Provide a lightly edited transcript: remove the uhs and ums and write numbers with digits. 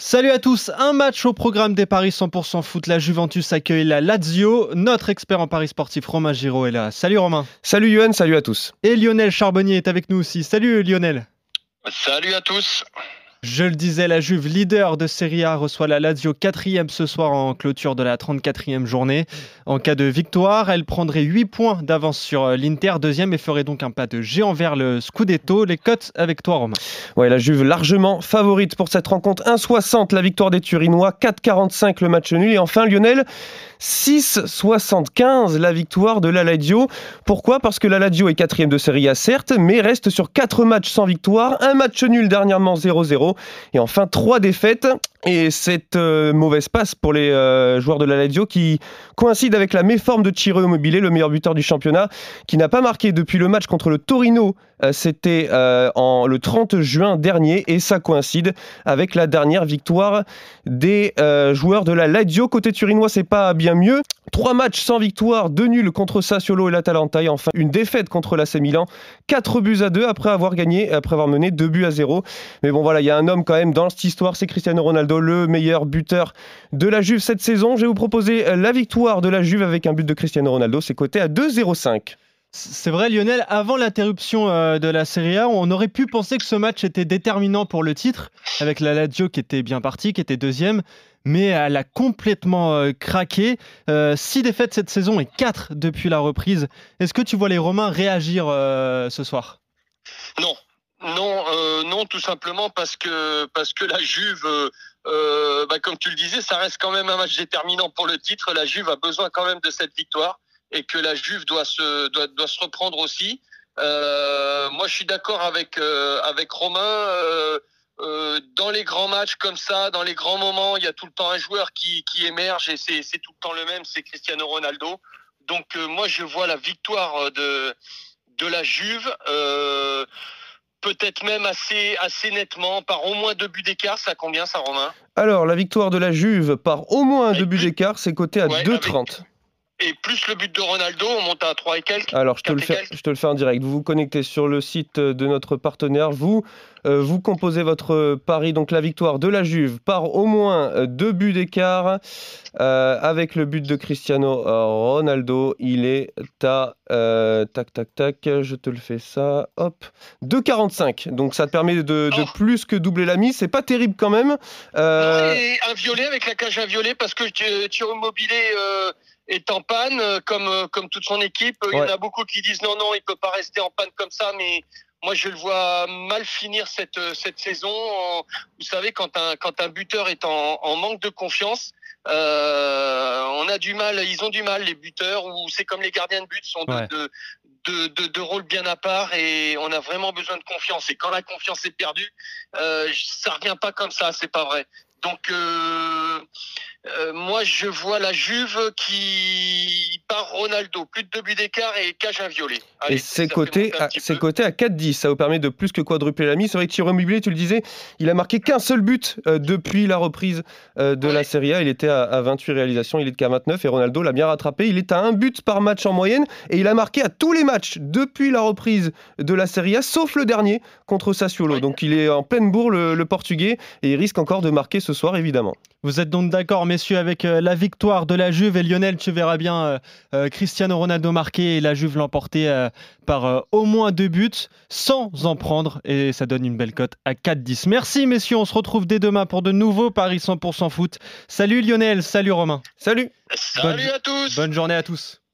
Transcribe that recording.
Salut à tous, un match au programme des Paris 100% foot. La Juventus accueille la Lazio. Notre expert en paris sportif Romain Giraud est là. Salut Romain. Salut Yoann, salut à tous. Et Lionel Charbonnier est avec nous aussi. Salut Lionel. Salut à tous. Je le disais, la Juve, leader de Serie A, reçoit la Lazio 4e ce soir en clôture de la 34e journée. En cas de victoire, elle prendrait 8 points d'avance sur l'Inter, 2e, et ferait donc un pas de géant vers le Scudetto. Les cotes avec toi, Romain. Ouais, la Juve largement favorite pour cette rencontre. 1,60 la victoire des Turinois, 4,45 le match nul. Et enfin Lionel, 6,75 la victoire de la Lazio. Pourquoi ? Parce que la Lazio est 4e de Serie A certes, mais reste sur 4 matchs sans victoire, un match nul dernièrement 0-0. Et enfin 3 défaites. Et cette mauvaise passe pour les joueurs de la Lazio qui coïncide avec la méforme de Ciro Immobile, le meilleur buteur du championnat, qui n'a pas marqué depuis le match contre le Torino. C'était le 30 juin dernier et ça coïncide avec la dernière victoire des joueurs de la Lazio. Côté turinois, c'est pas bien mieux. 3 matchs sans victoire, 2 nuls contre Sassuolo et l'Atalanta, et enfin une défaite contre l'AC Milan, 4-2 après avoir mené 2-0. Mais bon voilà, il y a un homme quand même dans cette histoire, c'est Cristiano Ronaldo, le meilleur buteur de la Juve cette saison. Je vais vous proposer la victoire de la Juve avec un but de Cristiano Ronaldo, c'est coté à 2,05. C'est vrai Lionel, avant l'interruption de la Serie A, on aurait pu penser que ce match était déterminant pour le titre, avec la Lazio qui était bien partie, qui était 2e, mais elle a complètement craqué. 6 défaites cette saison et 4 depuis la reprise. Est-ce que tu vois les Romains réagir ce soir ? Non, tout simplement parce que la Juve, comme tu le disais, ça reste quand même un match déterminant pour le titre. La Juve a besoin quand même de cette victoire et que la Juve doit se reprendre aussi. Moi, je suis d'accord avec Romain. Dans les grands matchs comme ça, dans les grands moments, il y a tout le temps un joueur qui émerge et c'est tout le temps le même, c'est Cristiano Ronaldo. Donc moi, je vois la victoire de la Juve. Peut-être même assez nettement, par au moins 2 buts d'écart. Ça combien ça, Romain ? Alors, la victoire de la Juve par au moins 2 buts d'écart, c'est coté à 2,30. Et plus le but de Ronaldo, on monte à 3 et quelques. Alors, je te le fais en direct. Vous vous connectez sur le site de notre partenaire. Vous composez votre pari, donc la victoire de la Juve par au moins 2 buts d'écart. Avec le but de Cristiano Ronaldo, il est à je te le fais ça, hop, 2,45. Donc ça te permet de plus que doubler la mise. C'est pas terrible quand même. Non, et un violet avec la cage à violet parce que Ciro Immobile est en panne, comme toute son équipe. Il y en a beaucoup qui disent non, il peut pas rester en panne comme ça, mais moi je le vois mal finir cette saison. Vous savez, quand un buteur est en manque de confiance, ils ont du mal les buteurs, ou c'est comme les gardiens de but, sont de rôles bien à part, et on a vraiment besoin de confiance. Et quand la confiance est perdue, ça revient pas comme ça, c'est pas vrai. Donc moi je vois la Juve qui part Ronaldo, plus de 2 buts d'écart et cage un violet. Allez, et c'est coté à 4,10, ça vous permet de plus que quadrupler la mise. C'est vrai que Ciro Immobile, tu le disais, il a marqué qu'un seul but depuis la reprise de la Serie A. Il était à 28 réalisations, il est qu'à 29 et Ronaldo l'a bien rattrapé. Il est à 1 but par match en moyenne et il a marqué à tous les matchs depuis la reprise de la Serie A, sauf le dernier contre Sassuolo. Donc il est en pleine bourre le Portugais et il risque encore de marquer ce soir évidemment. Vous êtes donc d'accord, messieurs, avec la victoire de la Juve, et Lionel, tu verras bien Cristiano Ronaldo marquer et la Juve l'emporter par au moins 2 buts sans en prendre, et ça donne une belle cote à 4,10. Merci messieurs, on se retrouve dès demain pour de nouveaux paris 100% foot. Salut Lionel, salut Romain. Salut à tous. Bonne journée à tous.